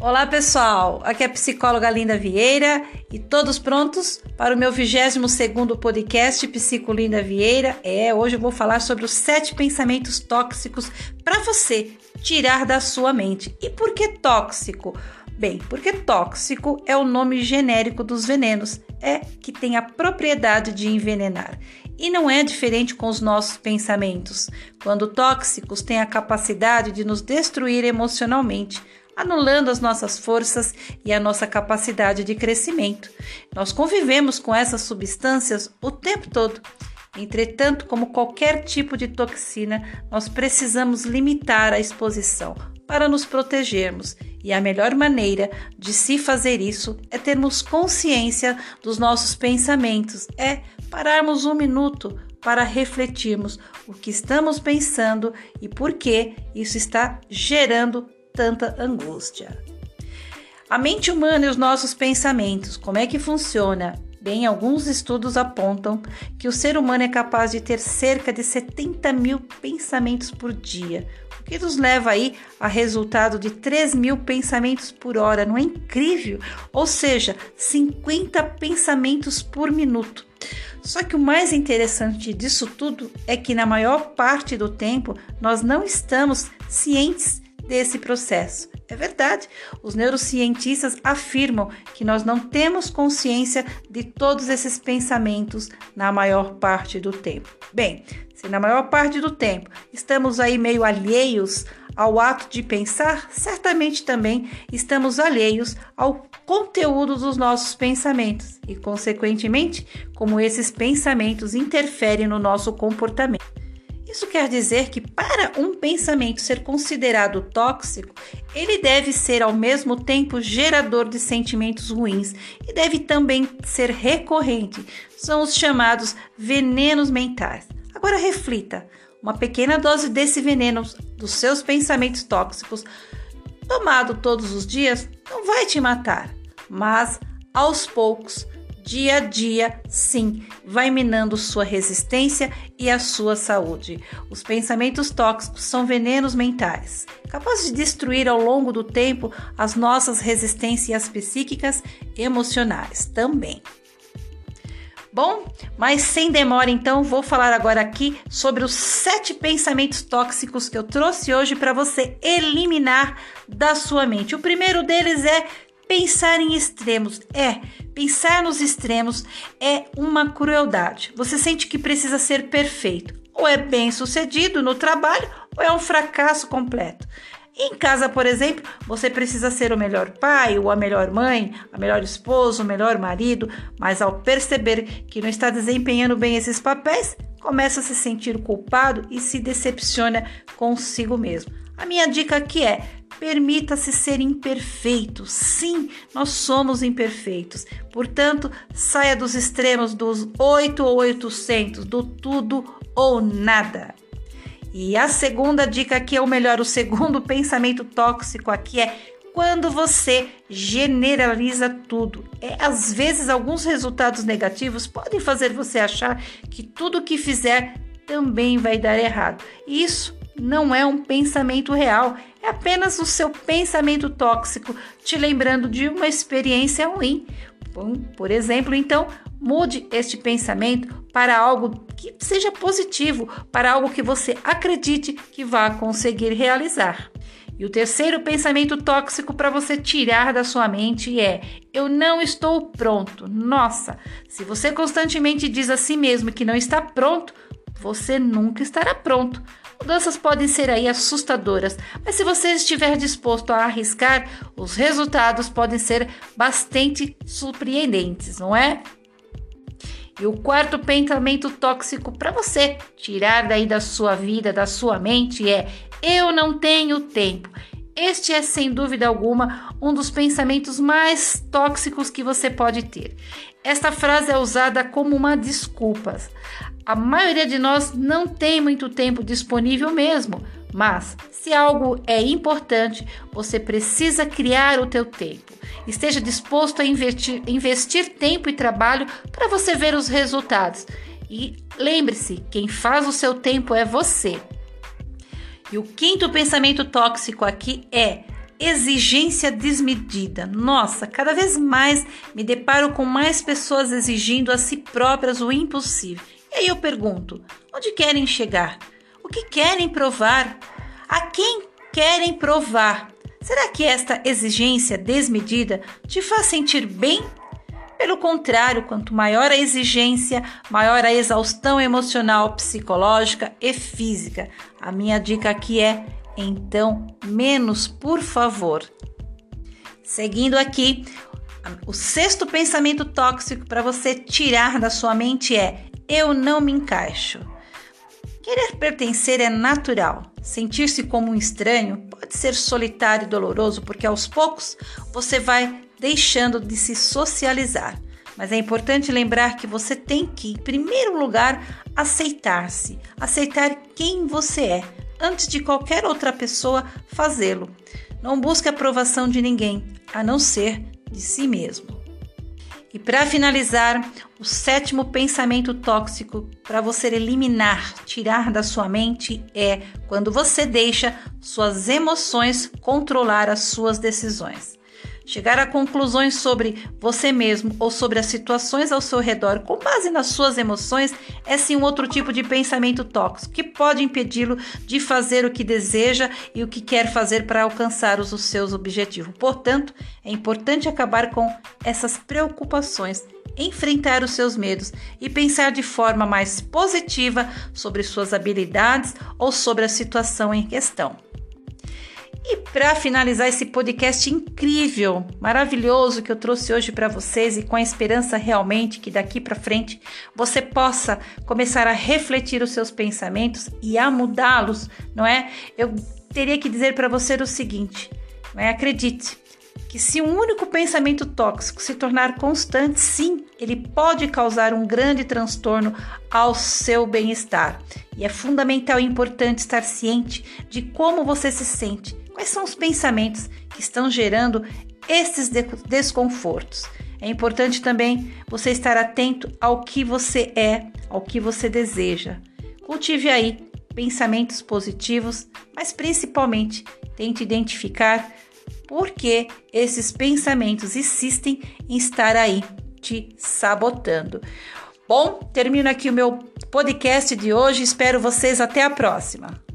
Olá pessoal, aqui é a psicóloga Linda Vieira e todos prontos para o meu 22º podcast Psico Linda Vieira? Hoje eu vou falar sobre os 7 pensamentos tóxicos para você tirar da sua mente. E por que tóxico? Bem, porque tóxico é o nome genérico dos venenos, que tem a propriedade de envenenar. E não é diferente com os nossos pensamentos, quando tóxicos têm a capacidade de nos destruir emocionalmente, anulando as nossas forças e a nossa capacidade de crescimento. Nós convivemos com essas substâncias o tempo todo. Entretanto, como qualquer tipo de toxina, nós precisamos limitar a exposição para nos protegermos. E a melhor maneira de se fazer isso é termos consciência dos nossos pensamentos, pararmos um minuto para refletirmos o que estamos pensando e por que isso está gerando tanta angústia. A mente humana e os nossos pensamentos, como é que funciona? Bem, alguns estudos apontam que o ser humano é capaz de ter cerca de 70 mil pensamentos por dia, o que nos leva aí a resultado de 3 mil pensamentos por hora, não é incrível? Ou seja, 50 pensamentos por minuto. Só que o mais interessante disso tudo é que na maior parte do tempo nós não estamos cientes desse processo. É verdade, os neurocientistas afirmam que nós não temos consciência de todos esses pensamentos na maior parte do tempo. Bem, se na maior parte do tempo estamos aí meio alheios ao ato de pensar, certamente também estamos alheios ao conteúdo dos nossos pensamentos e, consequentemente, como esses pensamentos interferem no nosso comportamento. Isso quer dizer que para um pensamento ser considerado tóxico, ele deve ser ao mesmo tempo gerador de sentimentos ruins e deve também ser recorrente. São os chamados venenos mentais. Agora reflita, uma pequena dose desse veneno dos seus pensamentos tóxicos, tomado todos os dias, não vai te matar, mas aos poucos, dia a dia, sim, vai minando sua resistência e a sua saúde. Os pensamentos tóxicos são venenos mentais, capazes de destruir ao longo do tempo as nossas resistências psíquicas e emocionais também. Bom, mas sem demora então, vou falar agora aqui sobre os 7 pensamentos tóxicos que eu trouxe hoje para você eliminar da sua mente. O primeiro deles é pensar em extremos. Pensar nos extremos é uma crueldade. Você sente que precisa ser perfeito. Ou é bem-sucedido no trabalho, ou é um fracasso completo. Em casa, por exemplo, você precisa ser o melhor pai, ou a melhor mãe, a melhor esposa, o melhor marido, mas ao perceber que não está desempenhando bem esses papéis, começa a se sentir culpado e se decepciona consigo mesmo. A minha dica aqui é: permita-se ser imperfeito. Sim, nós somos imperfeitos. Portanto, saia dos extremos dos 8 ou 800, do tudo ou nada. E a segunda dica aqui o segundo pensamento tóxico aqui é quando você generaliza tudo. Às vezes, alguns resultados negativos podem fazer você achar que tudo que fizer também vai dar errado. Isso não é um pensamento real, é apenas o seu pensamento tóxico te lembrando de uma experiência ruim. Por exemplo, então, mude este pensamento para algo que seja positivo, para algo que você acredite que vai conseguir realizar. E o terceiro pensamento tóxico para você tirar da sua mente é: eu não estou pronto. Nossa, se você constantemente diz a si mesmo que não está pronto, você nunca estará pronto. Mudanças podem ser aí assustadoras, mas se você estiver disposto a arriscar, os resultados podem ser bastante surpreendentes, não é? E o quarto pensamento tóxico para você tirar daí da sua vida, da sua mente é: eu não tenho tempo. Este é, sem dúvida alguma, um dos pensamentos mais tóxicos que você pode ter. Esta frase é usada como uma desculpa. A maioria de nós não tem muito tempo disponível mesmo, mas se algo é importante, você precisa criar o teu tempo. Esteja disposto a investir tempo e trabalho para você ver os resultados. E lembre-se, quem faz o seu tempo é você. E o quinto pensamento tóxico aqui é: exigência desmedida. Nossa, cada vez mais me deparo com mais pessoas exigindo a si próprias o impossível. E aí eu pergunto, onde querem chegar? O que querem provar? A quem querem provar? Será que esta exigência desmedida te faz sentir bem? Pelo contrário, quanto maior a exigência, maior a exaustão emocional, psicológica e física. A minha dica aqui é, então, menos, por favor. Seguindo aqui, o 6º pensamento tóxico para você tirar da sua mente é: eu não me encaixo. Querer pertencer é natural. Sentir-se como um estranho pode ser solitário e doloroso, porque aos poucos você vai deixando de se socializar. Mas é importante lembrar que você tem que, em primeiro lugar, aceitar-se, aceitar quem você é, antes de qualquer outra pessoa fazê-lo. Não busque a aprovação de ninguém, a não ser de si mesmo. E para finalizar, o 7º pensamento tóxico para você eliminar, tirar da sua mente é quando você deixa suas emoções controlar as suas decisões. Chegar a conclusões sobre você mesmo ou sobre as situações ao seu redor com base nas suas emoções é sim um outro tipo de pensamento tóxico que pode impedi-lo de fazer o que deseja e o que quer fazer para alcançar os seus objetivos. Portanto, é importante acabar com essas preocupações, enfrentar os seus medos e pensar de forma mais positiva sobre suas habilidades ou sobre a situação em questão. E para finalizar esse podcast incrível, maravilhoso que eu trouxe hoje para vocês e com a esperança realmente que daqui para frente você possa começar a refletir os seus pensamentos e a mudá-los, não é? Eu teria que dizer para você o seguinte, não é? Acredite que se um único pensamento tóxico se tornar constante, sim, ele pode causar um grande transtorno ao seu bem-estar. E é fundamental e importante estar ciente de como você se sente. Quais são os pensamentos que estão gerando esses desconfortos? É importante também você estar atento ao que você é, ao que você deseja. Cultive aí pensamentos positivos, mas principalmente tente identificar por que esses pensamentos insistem em estar aí te sabotando. Bom, termino aqui o meu podcast de hoje. Espero vocês até a próxima.